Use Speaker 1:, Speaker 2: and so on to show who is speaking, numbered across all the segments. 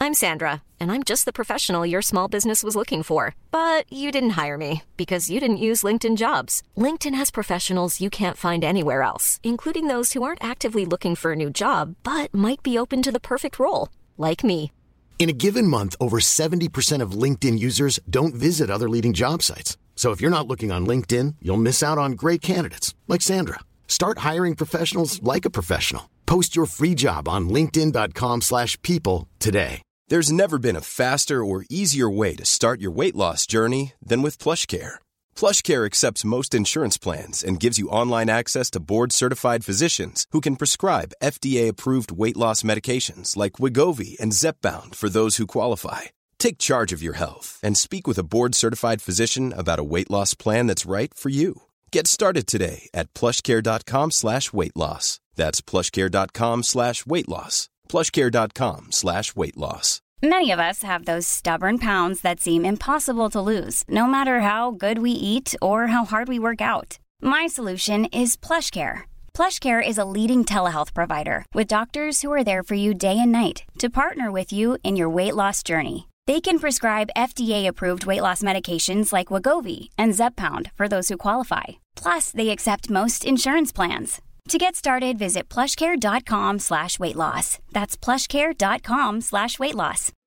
Speaker 1: I'm Sandra, and I'm just the professional your small business was looking for. But you didn't hire me because you didn't use LinkedIn Jobs. LinkedIn has professionals you can't find anywhere else, including those who aren't actively looking for a new job, but might be open to the perfect role, like me.
Speaker 2: In a given month, over 70% of LinkedIn users don't visit other leading job sites. So if you're not looking on LinkedIn, you'll miss out on great candidates like Sandra. Start hiring professionals like a professional. Post your free job on linkedin.com/people today.
Speaker 3: There's never been a faster or easier way to start your weight loss journey than with PlushCare. PlushCare accepts most insurance plans and gives you online access to board-certified physicians who can prescribe FDA-approved weight loss medications like Wegovy and Zepbound for those who qualify. Take charge of your health and speak with a board-certified physician about a weight loss plan that's right for you. Get started today at plushcare.com/weightloss. That's plushcare.com/weightloss. plushcare.com/weightloss.
Speaker 4: Many of us have those stubborn pounds that seem impossible to lose, no matter how good we eat or how hard we work out. My solution is PlushCare. PlushCare is a leading telehealth provider with doctors who are there for you day and night to partner with you in your weight loss journey. They can prescribe FDA-approved weight loss medications like Wegovy and Zepbound for those who qualify. Plus, they accept most insurance plans. To get started, visit plushcare.com/weightloss. That's plushcare.com/weightloss.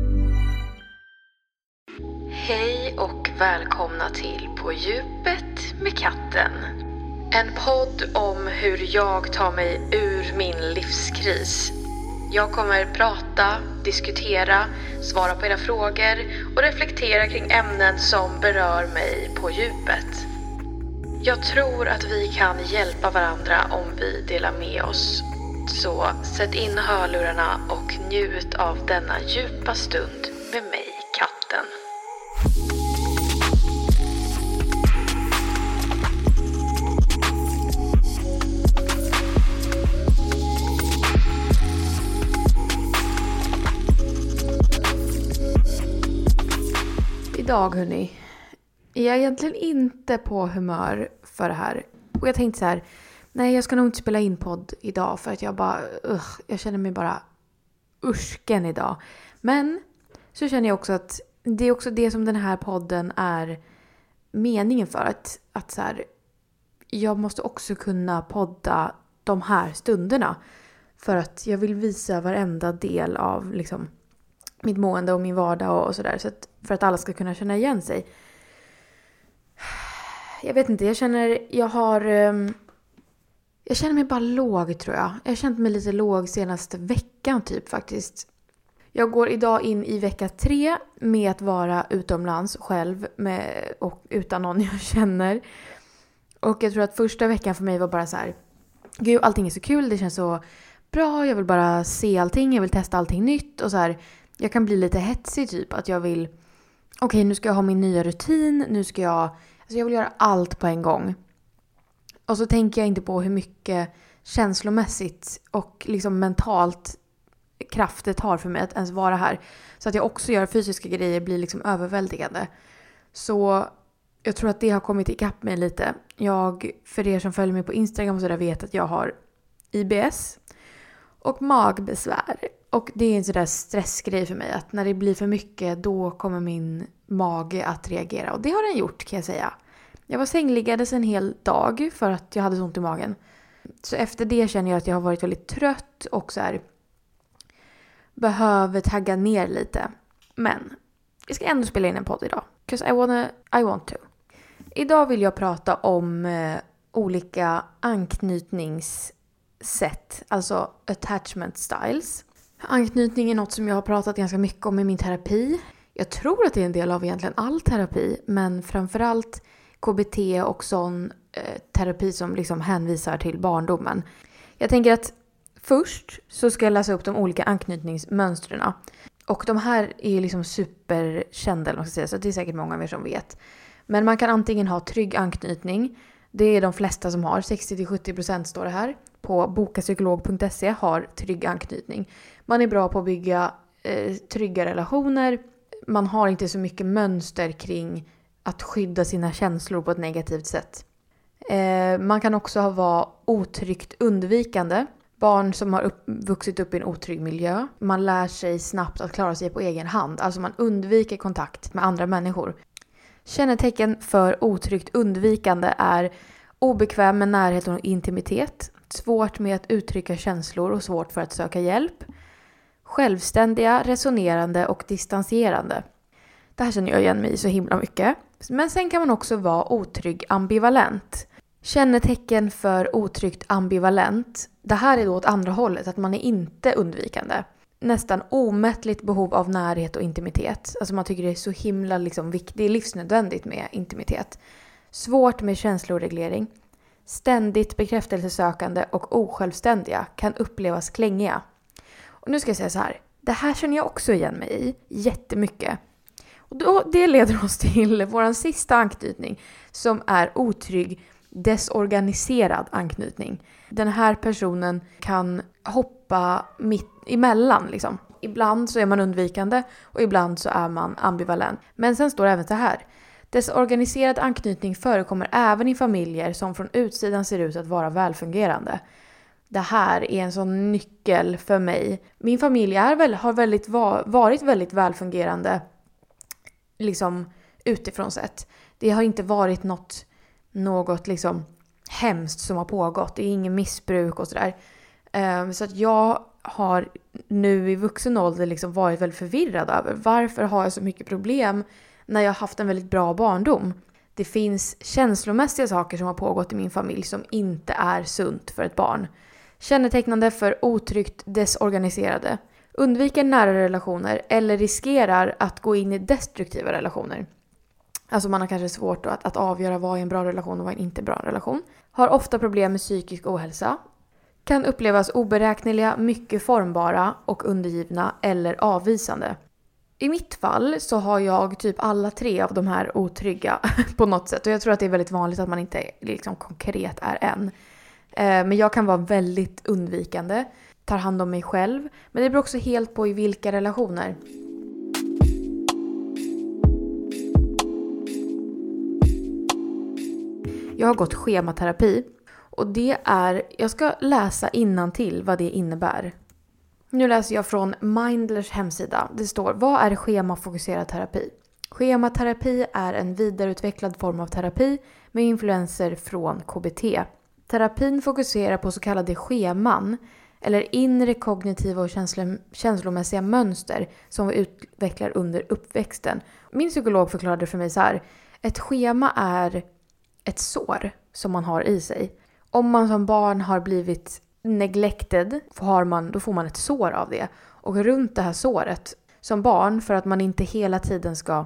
Speaker 5: Hej och välkomna till På djupet med katten. En podd om hur jag tar mig ur min livskris. Jag kommer prata, diskutera, svara på era frågor och reflektera kring ämnen som berör mig på djupet. Jag tror att vi kan hjälpa varandra om vi delar med oss. Så sätt in hörlurarna och njut av denna djupa stund med mig, katten.
Speaker 6: Idag hörni, jag är egentligen inte på humör för det här. Och jag tänkte så här, nej jag ska nog inte spela in podd idag för att jag känner mig bara ursken idag. Men så känner jag också att det är också det som den här podden är meningen för. Att så här, jag måste också kunna podda de här stunderna. För att jag vill visa varenda del av liksom mitt mående och min vardag och sådär. Så att, för att alla ska kunna känna igen sig. Jag vet inte, jag känner mig bara låg tror jag. Jag har känt mig lite låg senaste veckan typ faktiskt. Jag går idag in i vecka 3 med att vara utomlands själv och utan någon jag känner. Och jag tror att första veckan för mig var bara så här, gud allting är så kul, det känns så bra, jag vill bara se allting, jag vill testa allting nytt och så här. Jag kan bli lite hetsig typ att jag vill, okej, nu ska jag ha min nya rutin, jag vill göra allt på en gång. Och så tänker jag inte på hur mycket känslomässigt och liksom mentalt kraft det tar för mig att ens vara här. Så att jag också gör fysiska grejer blir liksom överväldigande. Så jag tror att det har kommit ikapp mig lite. För er som följer mig på Instagram så där vet att jag har IBS och magbesvär. Och det är en sån där stressgrej för mig att när det blir för mycket då kommer min mage att reagera. Och det har den gjort kan jag säga. Jag var sängliggandes en hel dag för att jag hade så ont i magen. Så efter det känner jag att jag har varit väldigt trött och så här behöver tagga ner lite. Men jag ska ändå spela in en podd idag. 'Cause I want to. Idag vill jag prata om olika anknytningssätt. Alltså attachment styles. Anknytning är något som jag har pratat ganska mycket om i min terapi. Jag tror att det är en del av egentligen all terapi. Men framförallt KBT och sån terapi som liksom hänvisar till barndomen. Jag tänker att först så ska jag läsa upp de olika anknytningsmönstren. Och de här är liksom superkända, eller man ska säga, så det är säkert många av er som vet. Men man kan antingen ha trygg anknytning. Det är de flesta som har, 60-70% står det här. På bokapsykolog.se har trygg anknytning. Man är bra på att bygga trygga relationer. Man har inte så mycket mönster kring att skydda sina känslor på ett negativt sätt. Man kan också vara otryggt undvikande. Barn som har vuxit upp i en otrygg miljö. Man lär sig snabbt att klara sig på egen hand. Alltså man undviker kontakt med andra människor. Kännetecken för otryggt undvikande är obekväm med närhet och intimitet. Svårt med att uttrycka känslor och svårt för att söka hjälp. Självständiga, resonerande och distanserande. Det här känner jag igen mig i så himla mycket. Men sen kan man också vara otrygg ambivalent. Kännetecken för otryggt ambivalent. Det här är då åt andra hållet, att man är inte undvikande. Nästan omättligt behov av närhet och intimitet. Alltså man tycker det är så himla viktigt, det är livsnödvändigt med intimitet. Svårt med känsloreglering. Ständigt bekräftelsesökande och osjälvständiga kan upplevas klängiga. Och nu ska jag säga så här. Det här känner jag också igen mig i jättemycket. Och det leder oss till vår sista anknytning som är otrygg desorganiserad anknytning. Den här personen kan hoppa mitt emellan liksom. Ibland så är man undvikande och ibland så är man ambivalent. Men sen står det även så här. Desorganiserad anknytning förekommer även i familjer som från utsidan ser ut att vara välfungerande. Det här är en sån nyckel för mig. Min familj har varit väldigt välfungerande utifrån sett. Det har inte varit något hemskt som har pågått. Det är ingen missbruk och sådär. Så att jag har nu i vuxen ålder varit väldigt förvirrad över varför har jag så mycket problem när jag har haft en väldigt bra barndom. Det finns känslomässiga saker som har pågått i min familj som inte är sunt för ett barn. Kännetecknande för otryggt desorganiserade. Undviker nära relationer eller riskerar att gå in i destruktiva relationer. Alltså man har kanske svårt att avgöra vad är en bra relation och vad är en inte bra relation. Har ofta problem med psykisk ohälsa. Kan upplevas oberäkneliga, mycket formbara och undergivna eller avvisande. I mitt fall så har jag typ alla 3 av de här otrygga på något sätt. Och jag tror att det är väldigt vanligt att man inte konkret är en. Men jag kan vara väldigt undvikande. Tar hand om mig själv. Men det beror också helt på i vilka relationer. Jag har gått schematerapi. Och det är, jag ska läsa innantill vad det innebär. Nu läser jag från Mindlers hemsida. Det står, vad är schemafokuserad terapi? Schematerapi är en vidareutvecklad form av terapi med influenser från KBT. Terapin fokuserar på så kallade scheman eller inre kognitiva och känslomässiga mönster som vi utvecklar under uppväxten. Min psykolog förklarade för mig så här. Ett schema är ett sår som man har i sig. Om man som barn har blivit neglected då får man ett sår av det. Och runt det här såret som barn, för att inte hela tiden ska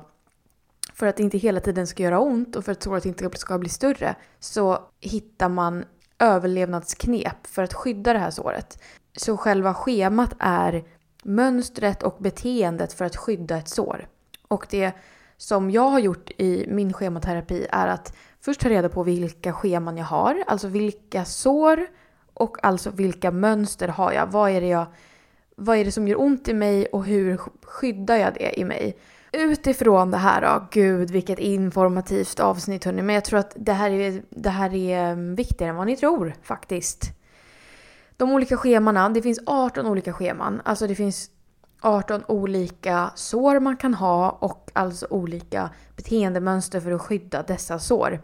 Speaker 6: göra ont och för att såret inte ska bli större, så hittar man överlevnadsknep för att skydda det här såret. Så själva schemat är mönstret och beteendet för att skydda ett sår. Och det som jag har gjort i min schematerapi är att först ta reda på vilka scheman jag har, alltså vilka sår och alltså vilka mönster har jag. Vad är det som gör ont i mig och hur skyddar jag det i mig? Utifrån det här, gud vilket informativt avsnitt hörni. Men jag tror att det här är viktigare än vad ni tror faktiskt. De olika schemana, det finns 18 olika scheman. Alltså det finns 18 olika sår man kan ha och alltså olika beteendemönster för att skydda dessa sår.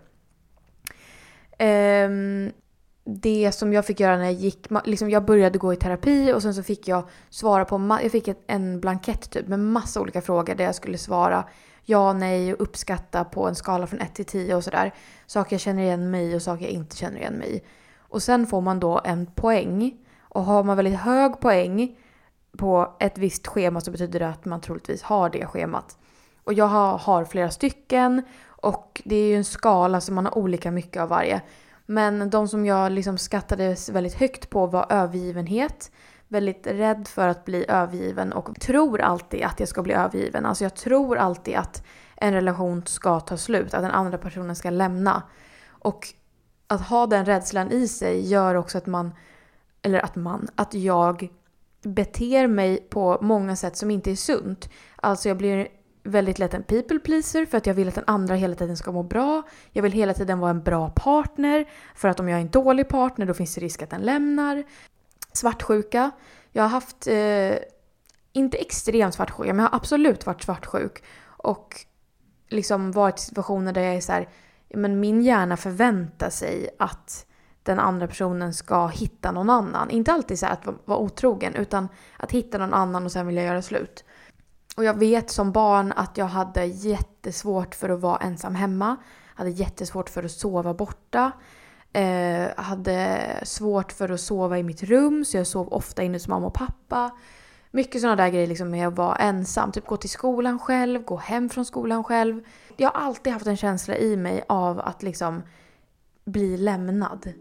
Speaker 6: Det som jag fick göra när jag började gå i terapi och sen så fick jag svara på jag fick en blankett typ med massa olika frågor där jag skulle svara ja, nej och uppskatta på en skala från 1 till 10 och sådär. Saker jag känner igen mig och saker jag inte känner igen mig i. Och sen får man då en poäng, och har man väldigt hög poäng på ett visst schema så betyder det att man troligtvis har det schemat. Och jag har flera stycken och det är ju en skala så man har olika mycket av varje. Men de som jag skattade väldigt högt på var övergivenhet. Väldigt rädd för att bli övergiven och tror alltid att jag ska bli övergiven. Alltså jag tror alltid att en relation ska ta slut, att den andra personen ska lämna. Och att ha den rädslan i sig gör också att jag beter mig på många sätt som inte är sunt. Alltså jag blir väldigt lätt en people pleaser för att jag vill att den andra hela tiden ska må bra. Jag vill hela tiden vara en bra partner för att om jag är en dålig partner då finns det risk att den lämnar. svartsjuka. Jag har haft, inte extremt svartsjuka, men jag har absolut varit svartsjuk. Och liksom varit i situationer där jag är så här, men min hjärna förväntar sig att den andra personen ska hitta någon annan. Inte alltid så här att vara otrogen, utan att hitta någon annan och sen vilja göra slut. Och jag vet som barn att jag hade jättesvårt för att vara ensam hemma. Hade jättesvårt för att sova borta. Hade svårt för att sova i mitt rum, så jag sov ofta inne hos mamma och pappa. Mycket sådana där grejer liksom med att vara ensam. Typ gå till skolan själv, gå hem från skolan själv. Jag har alltid haft en känsla i mig av att liksom bli lämnad.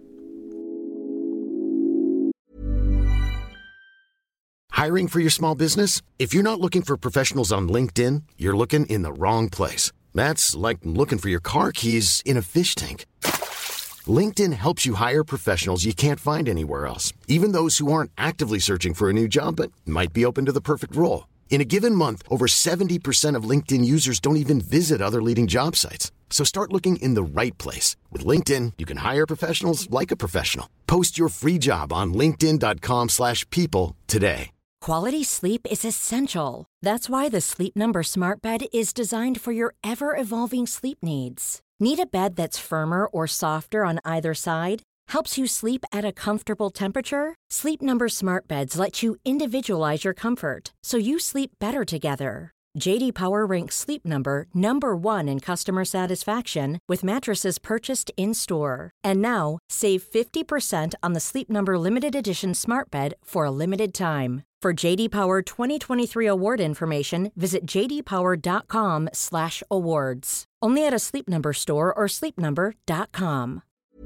Speaker 2: Hiring for your small business? If you're not looking for professionals on LinkedIn, you're looking in the wrong place. That's like looking for your car keys in a fish tank. LinkedIn helps you hire professionals you can't find anywhere else, even those who aren't actively searching for a new job but might be open to the perfect role. In a given month, over 70% of LinkedIn users don't even visit other leading job sites. So start looking in the right place. With LinkedIn, you can hire professionals like a professional. Post your free job on linkedin.com/people today.
Speaker 7: Quality sleep is essential. That's why the Sleep Number Smart Bed is designed for your ever-evolving sleep needs. Need a bed that's firmer or softer on either side? Helps you sleep at a comfortable temperature? Sleep Number Smart Beds let you individualize your comfort, so you sleep better together. J.D. Power ranks Sleep Number #1 in customer satisfaction with mattresses purchased in-store. And now, save 50% on the Sleep Number Limited Edition Smart Bed for a limited time. For J.D. Power 2023 award information, visit jdpower.com/awards. Only at a Sleep Number store or sleepnumber.com.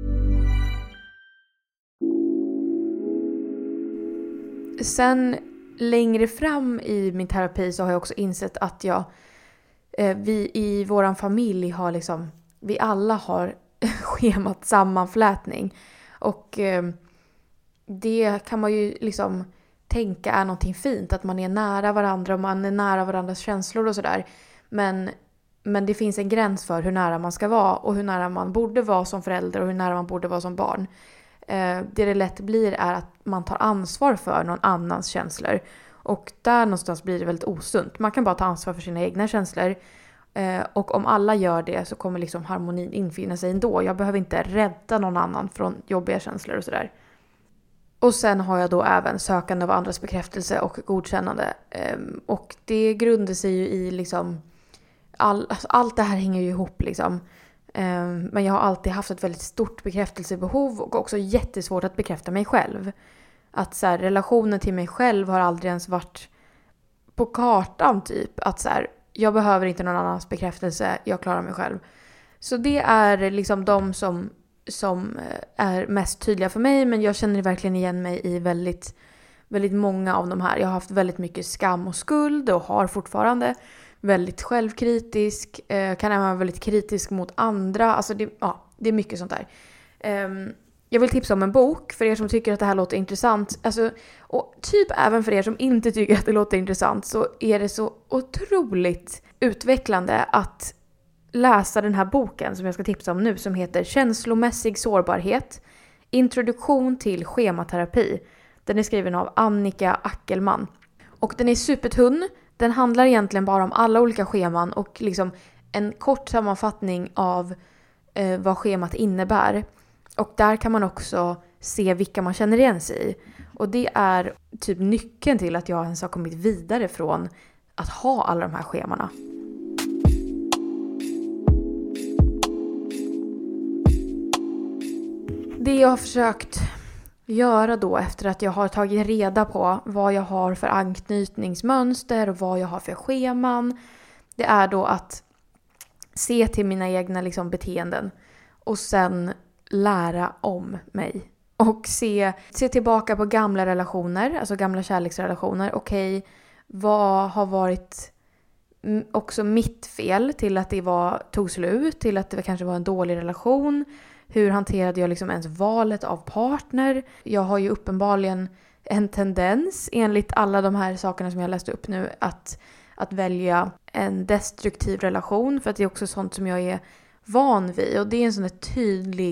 Speaker 6: Sen längre fram i min terapi så har jag också insett att vi i våran familj har liksom, vi alla har schemat sammanflätning. Och det kan man ju liksom tänka är någonting fint, att man är nära varandra och man är nära varandras känslor och sådär. Men det finns en gräns för hur nära man ska vara och hur nära man borde vara som förälder och hur nära man borde vara som barn. Det lätt blir är att man tar ansvar för någon annans känslor. Och där någonstans blir det väldigt osunt. Man kan bara ta ansvar för sina egna känslor. Och om alla gör det så kommer liksom harmonin infinna sig ändå. Jag behöver inte rädda någon annan från jobbiga känslor och sådär. Och sen har jag då även sökande av andras bekräftelse och godkännande. Och det grundar sig ju i liksom allt det här hänger ju ihop liksom. Men jag har alltid haft ett väldigt stort bekräftelsebehov och också jättesvårt att bekräfta mig själv. Att så här, relationen till mig själv har aldrig ens varit på kartan typ. Att så här, jag behöver inte någon annans bekräftelse, jag klarar mig själv. Så det är liksom de som är mest tydliga för mig, men jag känner verkligen igen mig i väldigt, väldigt många av de här. Jag har haft väldigt mycket skam och skuld och har fortfarande väldigt självkritisk, kan även vara väldigt kritisk mot andra. Alltså det är mycket sånt där. Jag vill tipsa om en bok för er som tycker att det här låter intressant. Alltså, och typ även för er som inte tycker att det låter intressant, så är det så otroligt utvecklande att läsa den här boken som jag ska tipsa om nu, som heter Känslomässig sårbarhet. Introduktion till schematerapi. Den är skriven av Annika Ackelman. Och den är supertunn. Den handlar egentligen bara om alla olika scheman och liksom en kort sammanfattning av vad schemat innebär. Och där kan man också se vilka man känner igen sig i. Och det är typ nyckeln till att jag ens har kommit vidare från att ha alla de här schemana. Det jag har försökt göra då efter att jag har tagit reda på vad jag har för anknytningsmönster och vad jag har för scheman, det är då att se till mina egna liksom beteenden och sen lära om mig. Och se tillbaka på gamla relationer, alltså gamla kärleksrelationer. Okej, vad har varit också mitt fel till att det tog slut, till att det kanske var en dålig relation. Hur hanterade jag liksom ens valet av partner? Jag har ju uppenbarligen en tendens, enligt alla de här sakerna som jag läste upp nu, att välja en destruktiv relation. För att det är också sånt som jag är van vid. Och det är en sån här tydlig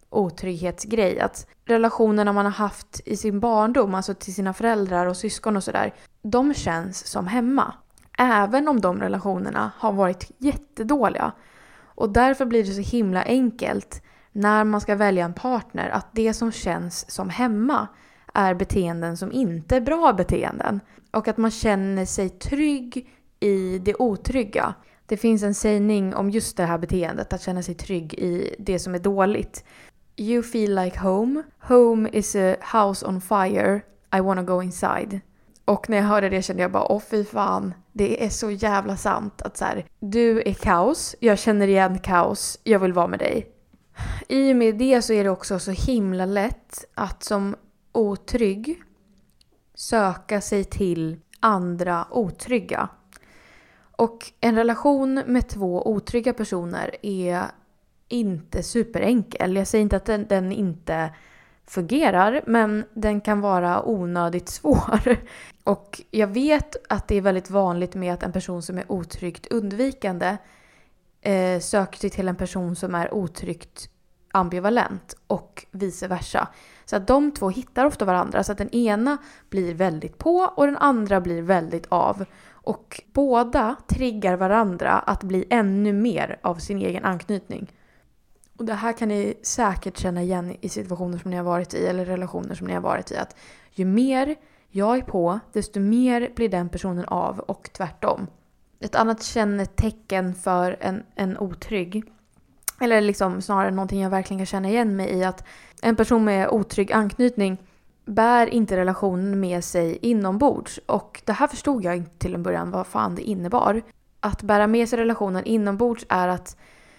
Speaker 6: otrygghetsgrej. Att relationerna man har haft i sin barndom, alltså till sina föräldrar och syskon och sådär, de känns som hemma. Även om de relationerna har varit jättedåliga. Och därför blir det så himla enkelt när man ska välja en partner att det som känns som hemma är beteenden som inte är bra beteenden. Och att man känner sig trygg i det otrygga. Det finns en sägning om just det här beteendet, att känna sig trygg i det som är dåligt. You feel like home. Home is a house on fire. I wanna go inside. Och när jag hörde det kände jag bara, fy fan. Det är så jävla sant att så här, du är kaos. Jag känner igen kaos. Jag vill vara med dig. I och med det så är det också så himla lätt att som otrygg söka sig till andra otrygga. Och en relation med 2 otrygga personer är inte superenkel. Jag säger inte att den inte fungerar, men den kan vara onödigt svår. Och jag vet att det är väldigt vanligt med att en person som är otryggt undvikande söker sig till en person som är otryggt ambivalent och vice versa. Så att de 2 hittar ofta varandra, så att den ena blir väldigt på och den andra blir väldigt av. Och båda triggar varandra att bli ännu mer av sin egen anknytning. Och det här kan ni säkert känna igen i situationer som ni har varit i eller relationer som ni har varit i. Att ju mer jag är på, desto mer blir den personen av och tvärtom. Ett annat kännetecken för en otrygg, eller liksom snarare någonting jag verkligen kan känna igen mig i, att en person med otrygg anknytning bär inte relationen med sig inombords. Och det här förstod jag inte till en början vad fan det innebar. Att bära med sig relationen inombords är att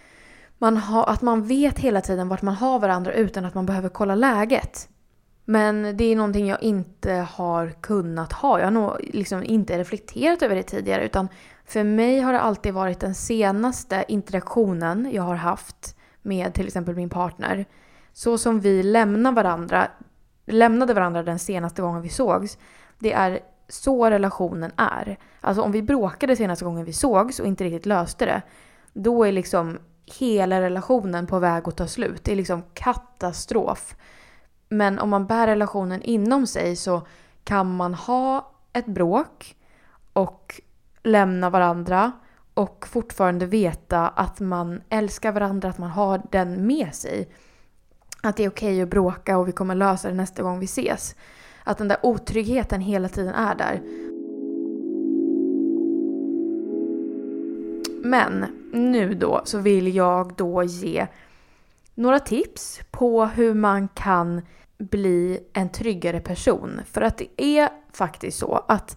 Speaker 6: man vet hela tiden vart man har varandra utan att man behöver kolla läget. Men det är någonting jag inte har kunnat ha. Jag har nog liksom inte reflekterat över det tidigare, utan för mig har det alltid varit den senaste interaktionen jag har haft med till exempel min partner. Så som vi lämnade varandra den senaste gången vi sågs. Det är så relationen är. Alltså om vi bråkade senaste gången vi sågs och inte riktigt löste det, då är liksom hela relationen på väg att ta slut. Det är liksom katastrof. Men om man bär relationen inom sig så kan man ha ett bråk och lämna varandra och fortfarande veta att man älskar varandra, att man har den med sig. Att det är okej att bråka och vi kommer lösa det nästa gång vi ses. Att den där otryggheten hela tiden är där. Men nu då så vill jag då ge några tips på hur man kan bli en tryggare person. För att det är faktiskt så att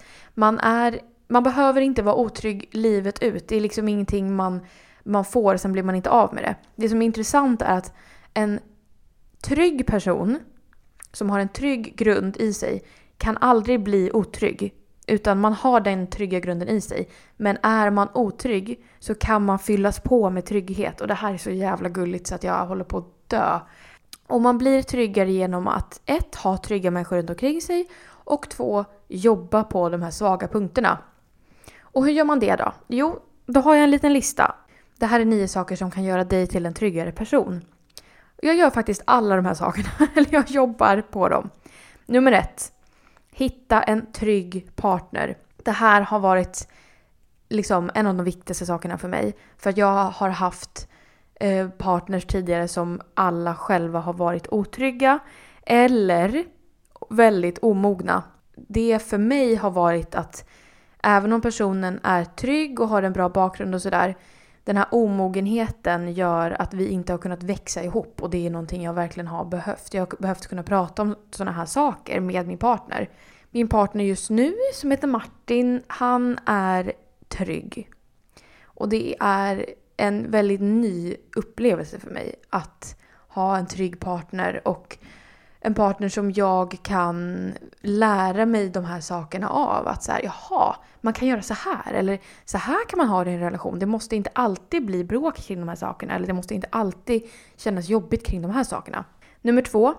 Speaker 6: man behöver inte vara otrygg livet ut. Det är liksom ingenting man får, sen blir man inte av med det. Det som är intressant är att en trygg person som har en trygg grund i sig kan aldrig bli otrygg. Utan man har den trygga grunden i sig. Men är man otrygg så kan man fyllas på med trygghet. Och det här är så jävla gulligt så att jag håller på att dö. Och man blir tryggare genom att 1. Ha trygga människor runt omkring sig. Och 2. Jobba på de här svaga punkterna. Och hur gör man det då? Jo, då har jag en liten lista. Det här är 9 saker som kan göra dig till en tryggare person. Jag gör faktiskt alla de här sakerna. Eller jag jobbar på dem. Nummer 1. Hitta en trygg partner. Det här har varit liksom en av de viktigaste sakerna för mig. För att jag har haft partners tidigare som alla själva har varit otrygga. Eller väldigt omogna. Det för mig har varit att även om personen är trygg och har en bra bakgrund och sådär, den här omogenheten gör att vi inte har kunnat växa ihop. Och det är någonting jag verkligen har behövt. Jag har behövt kunna prata om sådana här saker med min partner. Min partner just nu som heter Martin, han är trygg. Och det är en väldigt ny upplevelse för mig att ha en trygg partner. Och en partner som jag kan lära mig de här sakerna av. Att så här, jaha, man kan göra så här. Eller så här kan man ha det i en relation. Det måste inte alltid bli bråk kring de här sakerna. Eller det måste inte alltid kännas jobbigt kring de här sakerna. Nummer 2.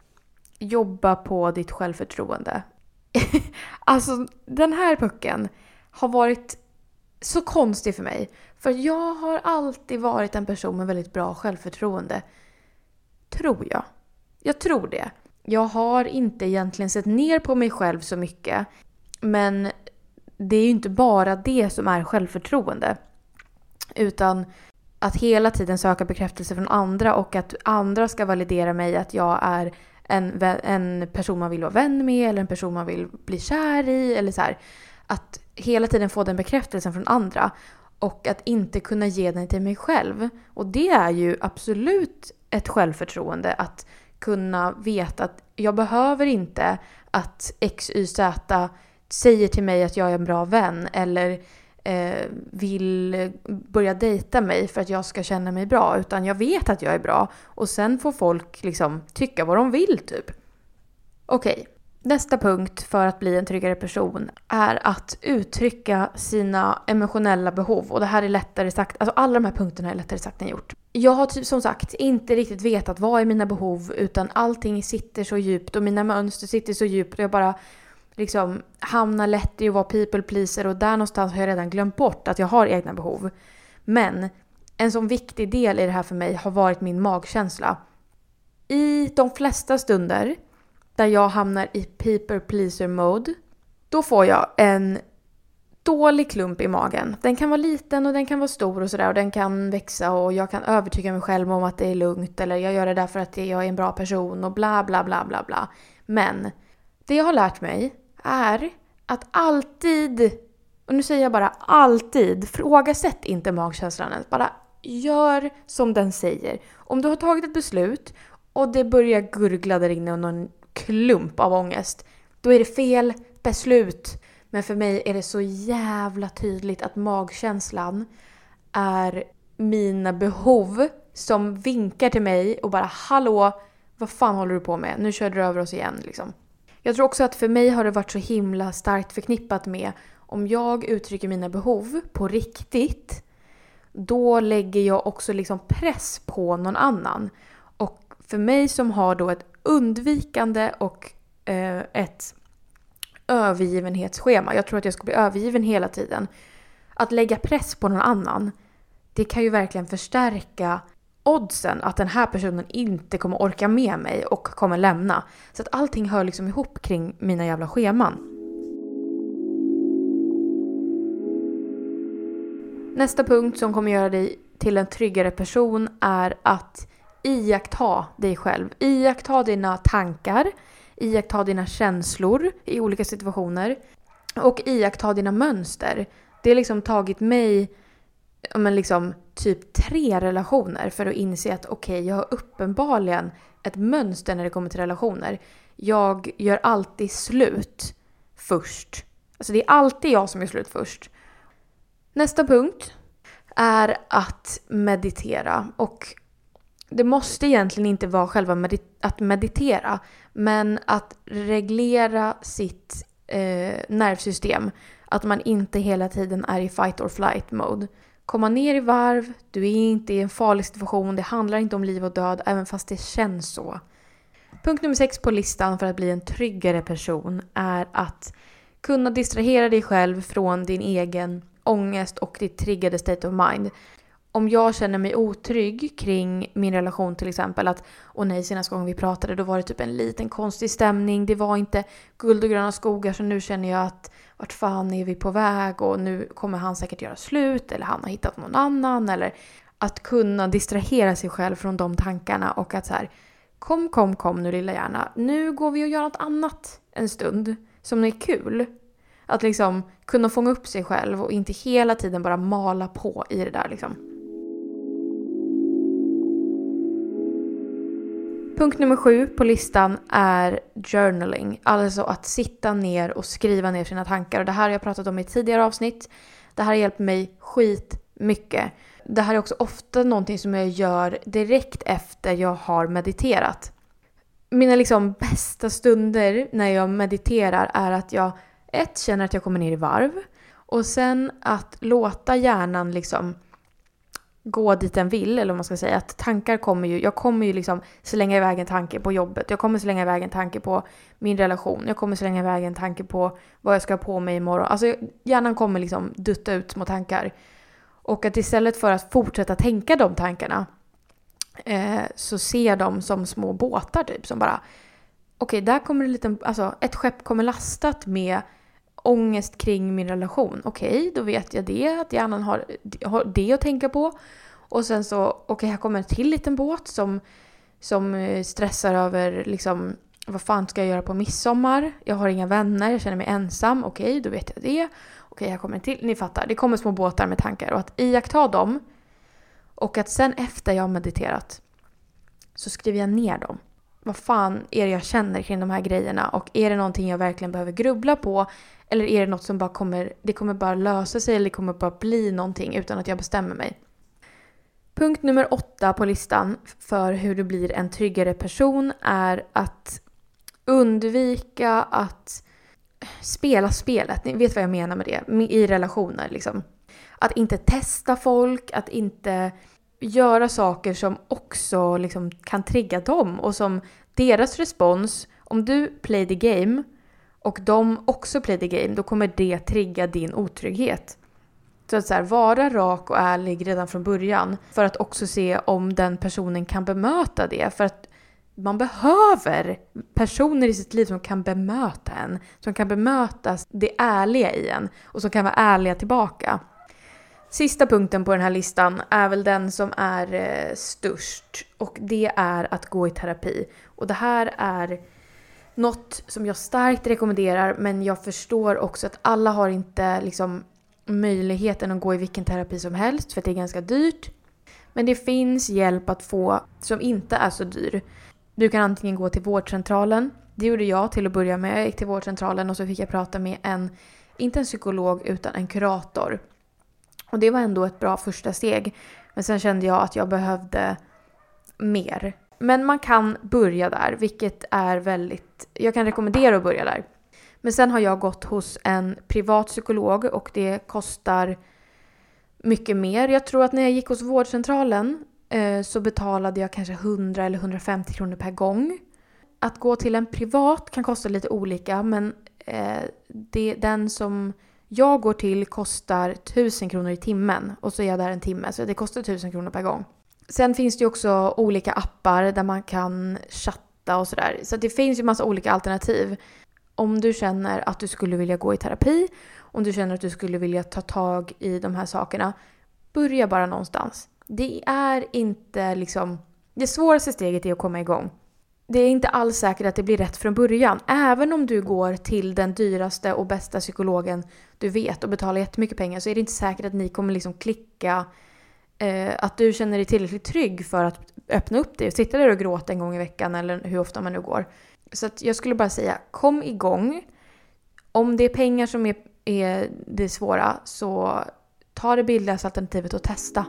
Speaker 6: Jobba på ditt självförtroende. Alltså den här pucken har varit så konstig för mig. För jag har alltid varit en person med väldigt bra självförtroende. Tror jag. Jag tror det. Jag har inte egentligen sett ner på mig själv så mycket. Men det är ju inte bara det som är självförtroende. Utan att hela tiden söka bekräftelse från andra och att andra ska validera mig, att jag är en person man vill vara vän med eller en person man vill bli kär i. Eller så här. Att hela tiden få den bekräftelsen från andra och att inte kunna ge den till mig själv. Och det är ju absolut ett självförtroende, att kunna veta att jag behöver inte att XYZ säger till mig att jag är en bra vän eller vill börja dejta mig för att jag ska känna mig bra, utan jag vet att jag är bra och sen får folk liksom tycka vad de vill typ. Okej. Nästa punkt för att bli en tryggare person är att uttrycka sina emotionella behov. Och det här är lättare sagt, alltså alla de här punkterna är lättare sagt än gjort. Jag har typ som sagt inte riktigt vetat vad är mina behov, utan allting sitter så djupt och mina mönster sitter så djupt och jag bara liksom hamnar lätt i att vara people pleaser, och där någonstans har jag redan glömt bort att jag har egna behov. Men en sån viktig del i det här för mig har varit min magkänsla. I de flesta stunder där jag hamnar i people pleaser mode, då får jag en dålig klump i magen. Den kan vara liten och den kan vara stor och sådär, och den kan växa och jag kan övertyga mig själv om att det är lugnt eller jag gör det därför att jag är en bra person och bla bla bla bla bla. Men det jag har lärt mig är att alltid, och nu säger jag bara alltid, frågasätt inte magkänslan, bara gör som den säger. Om du har tagit ett beslut och det börjar gurgla där inne och någon klump av ångest, då är det fel beslut. Men för mig är det så jävla tydligt att magkänslan är mina behov som vinkar till mig och bara hallå, vad fan håller du på med? Nu kör du över oss igen liksom. Jag tror också att för mig har det varit så himla starkt förknippat med, om jag uttrycker mina behov på riktigt, då lägger jag också liksom press på någon annan. Och för mig som har då ett undvikande och ett övergivenhetsschema, jag tror att jag ska bli övergiven hela tiden, att lägga press på någon annan, det kan ju verkligen förstärka oddsen att den här personen inte kommer orka med mig och kommer lämna. Så att allting hör liksom ihop kring mina jävla scheman. Nästa punkt som kommer göra dig till en tryggare person är att iaktta dig själv. Iaktta dina tankar, iaktta dina känslor i olika situationer och iaktta dina mönster. Det har liksom tagit mig liksom typ 3 relationer för att inse att okej, jag har uppenbarligen ett mönster när det kommer till relationer. Jag gör alltid slut först. Alltså det är alltid jag som gör slut först. Nästa punkt är att meditera. Och det måste egentligen inte vara själva att meditera, men att reglera sitt nervsystem. Att man inte hela tiden är i fight or flight mode. Komma ner i varv, du är inte i en farlig situation, det handlar inte om liv och död, även fast det känns så. Punkt nummer 6 på listan för att bli en tryggare person är att kunna distrahera dig själv från din egen ångest och ditt triggade state of mind. Om jag känner mig otrygg kring min relation till exempel, att senast gången vi pratade då var det typ en liten konstig stämning, det var inte guld och gröna skogar, så nu känner jag att vart fan är vi på väg och nu kommer han säkert göra slut eller han har hittat någon annan, eller att kunna distrahera sig själv från de tankarna och att så här, kom nu lilla hjärna, nu går vi och gör något annat en stund som är kul. Att liksom kunna fånga upp sig själv och inte hela tiden bara mala på i det där liksom. Punkt nummer 7 på listan är journaling. Alltså att sitta ner och skriva ner sina tankar. Och det här har jag pratat om i tidigare avsnitt. Det här har hjälpt mig skitmycket. Det här är också ofta någonting som jag gör direkt efter jag har mediterat. Mina liksom bästa stunder när jag mediterar är att jag känner att jag kommer ner i varv. Och sen att låta hjärnan liksom gå dit den vill, eller vad man ska säga, att tankar kommer ju, jag kommer ju liksom slänga iväg en tanke på jobbet, jag kommer slänga iväg en tanke på min relation, jag kommer slänga iväg en tanke på vad jag ska ha på mig imorgon, alltså hjärnan kommer liksom dutta ut små tankar, och att istället för att fortsätta tänka de tankarna så ser de som små båtar typ som bara okej, där kommer en liten, alltså ett skepp kommer lastat med ångest kring min relation. Okej, då vet jag det, att hjärnan har det att tänka på. Och sen så, okej, här kommer en till liten båt som stressar över liksom, vad fan ska jag göra på midsommar? Jag har inga vänner, jag känner mig ensam. Okej, då vet jag det. Okej, här kommer en till, ni fattar. Det kommer små båtar med tankar och att iaktta dem. Och att sen efter jag har mediterat så skriver jag ner dem. Vad fan är det jag känner kring de här grejerna? Och är det någonting jag verkligen behöver grubbla på? Eller är det något som bara kommer bara lösa sig eller det kommer bara bli någonting utan att jag bestämmer mig? Punkt nummer 8 på listan för hur du blir en tryggare person är att undvika att spela spelet. Ni vet vad jag menar med det. I relationer liksom. Att inte testa folk, att inte göra saker som också liksom kan trigga dem. Och som deras respons, om du play the game och de också play the game, då kommer det trigga din otrygghet. Så att så här, vara rak och ärlig redan från början. För att också se om den personen kan bemöta det. För att man behöver personer i sitt liv som kan bemöta en. Som kan bemöta det ärliga i en. Och som kan vara ärliga tillbaka. Sista punkten på den här listan är väl den som är störst. Och det är att gå i terapi. Och det här är något som jag starkt rekommenderar. Men jag förstår också att alla har inte liksom möjligheten att gå i vilken terapi som helst. För det är ganska dyrt. Men det finns hjälp att få som inte är så dyr. Du kan antingen gå till vårdcentralen. Det gjorde jag till att börja med. Jag gick till vårdcentralen och så fick jag prata med inte en psykolog utan en kurator. Och det var ändå ett bra första steg. Men sen kände jag att jag behövde mer. Men man kan börja där, vilket är jag kan rekommendera att börja där. Men sen har jag gått hos en privat psykolog och det kostar mycket mer. Jag tror att när jag gick hos vårdcentralen så betalade jag kanske 100 eller 150 kronor per gång. Att gå till en privat kan kosta lite olika, men den som jag går till kostar 1000 kronor i timmen och så är jag där en timme, så det kostar 1000 kronor per gång. Sen finns det ju också olika appar där man kan chatta och sådär. Så det finns ju massa olika alternativ. Om du känner att du skulle vilja gå i terapi, om du känner att du skulle vilja ta tag i de här sakerna, börja bara någonstans. Det är inte liksom, det svåraste steget är att komma igång. Det är inte alls säkert att det blir rätt från början. Även om du går till den dyraste och bästa psykologen du vet och betalar jättemycket pengar, så är det inte säkert att ni kommer liksom klicka, att du känner dig tillräckligt trygg för att öppna upp dig och sitta där och gråta en gång i veckan eller hur ofta man nu går. Så att jag skulle bara säga, kom igång. Om det är pengar som är det svåra, så ta det billigaste alternativet och testa.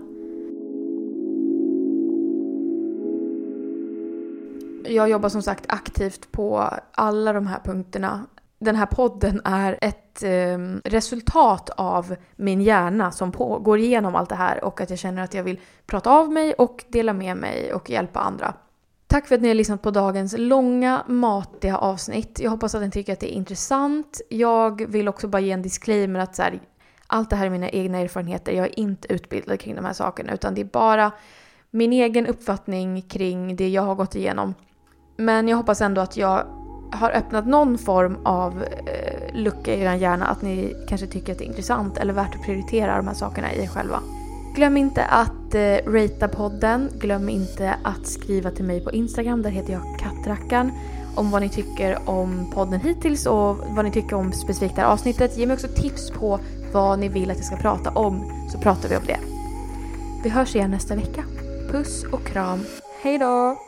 Speaker 6: Jag jobbar som sagt aktivt på alla de här punkterna. Den här podden är ett resultat av min hjärna som går igenom allt det här. Och att jag känner att jag vill prata av mig och dela med mig och hjälpa andra. Tack för att ni har lyssnat på dagens långa, matiga avsnitt. Jag hoppas att ni tycker att det är intressant. Jag vill också bara ge en disclaimer att allt det här är mina egna erfarenheter. Jag är inte utbildad kring de här sakerna, utan det är bara min egen uppfattning kring det jag har gått igenom. Men jag hoppas ändå att jag har öppnat någon form av lucka i er hjärna, att ni kanske tycker att det är intressant eller värt att prioritera de här sakerna i er själva. Glöm inte att ratea podden. Glöm inte att skriva till mig på Instagram. Där heter jag Kattrackan. Om vad ni tycker om podden hittills och vad ni tycker om specifikt det här avsnittet. Ge mig också tips på vad ni vill att jag ska prata om, så pratar vi om det. Vi hörs igen nästa vecka. Puss och kram. Hej då!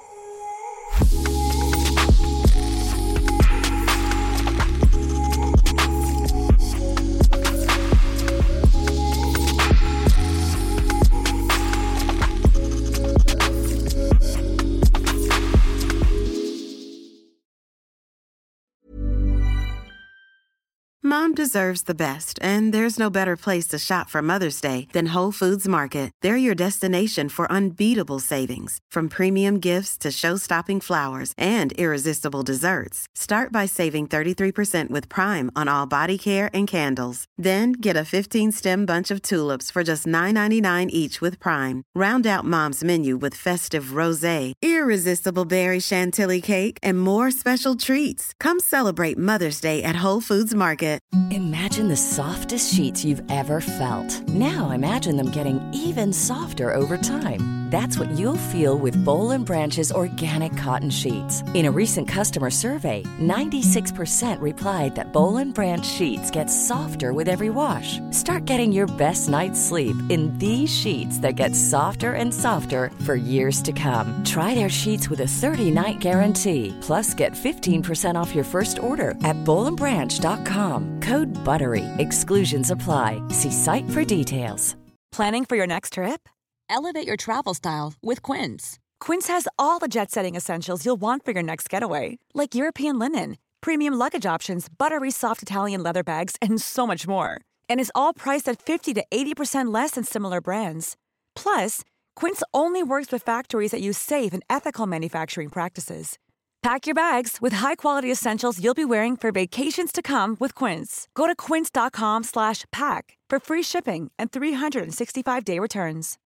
Speaker 8: Mom deserves the best, and there's no better place to shop for Mother's Day than Whole Foods Market. They're your destination for unbeatable savings, from premium gifts to show-stopping flowers and irresistible desserts. Start by saving 33% with Prime on all body care and candles. Then get a 15-stem bunch of tulips for just $9.99 each with Prime. Round out Mom's menu with festive rosé, irresistible berry chantilly cake, and more special treats. Come celebrate Mother's Day at Whole Foods Market.
Speaker 9: Imagine the softest sheets you've ever felt. Now imagine them getting even softer over time. That's what you'll feel with Boll & Branch's organic cotton sheets. In a recent customer survey, 96% replied that Boll & Branch sheets get softer with every wash. Start getting your best night's sleep in these sheets that get softer and softer for years to come. Try their sheets with a 30-night guarantee. Plus, get 15% off your first order at bollandbranch.com. Code BUTTERY. Exclusions apply. See site for details.
Speaker 10: Planning for your next trip? Elevate your travel style with Quince. Quince has all the jet-setting essentials you'll want for your next getaway, like European linen, premium luggage options, buttery soft Italian leather bags, and so much more. And is all priced at 50 to 80% less than similar brands. Plus, Quince only works with factories that use safe and ethical manufacturing practices. Pack your bags with high-quality essentials you'll be wearing for vacations to come with Quince. Go to quince.com/pack for free shipping and 365-day returns.